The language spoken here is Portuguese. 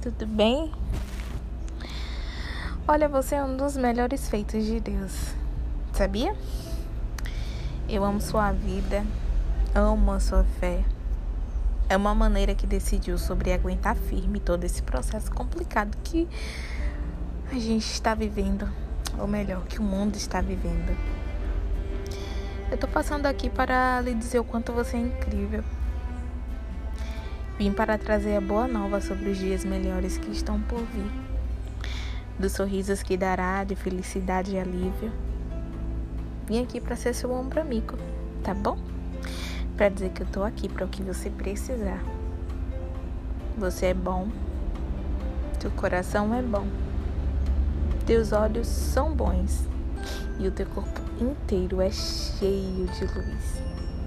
tudo bem? Olha, você é um dos melhores feitos de Deus, sabia? Eu amo sua vida, amo a sua fé. É uma maneira que decidiu sobre aguentar firme todo esse processo complicado que a gente está vivendo, ou melhor, que o mundo está vivendo. Eu tô passando aqui para lhe dizer o quanto você é incrível. Vim para trazer a boa nova sobre os dias melhores que estão por vir. Dos sorrisos que dará, de felicidade e alívio. Vim aqui para ser seu ombro amigo, tá bom? Para dizer que eu tô aqui para o que você precisar. Você é bom. Teu coração é bom. Teus olhos são bons. E o teu corpo inteiro é cheio de luz.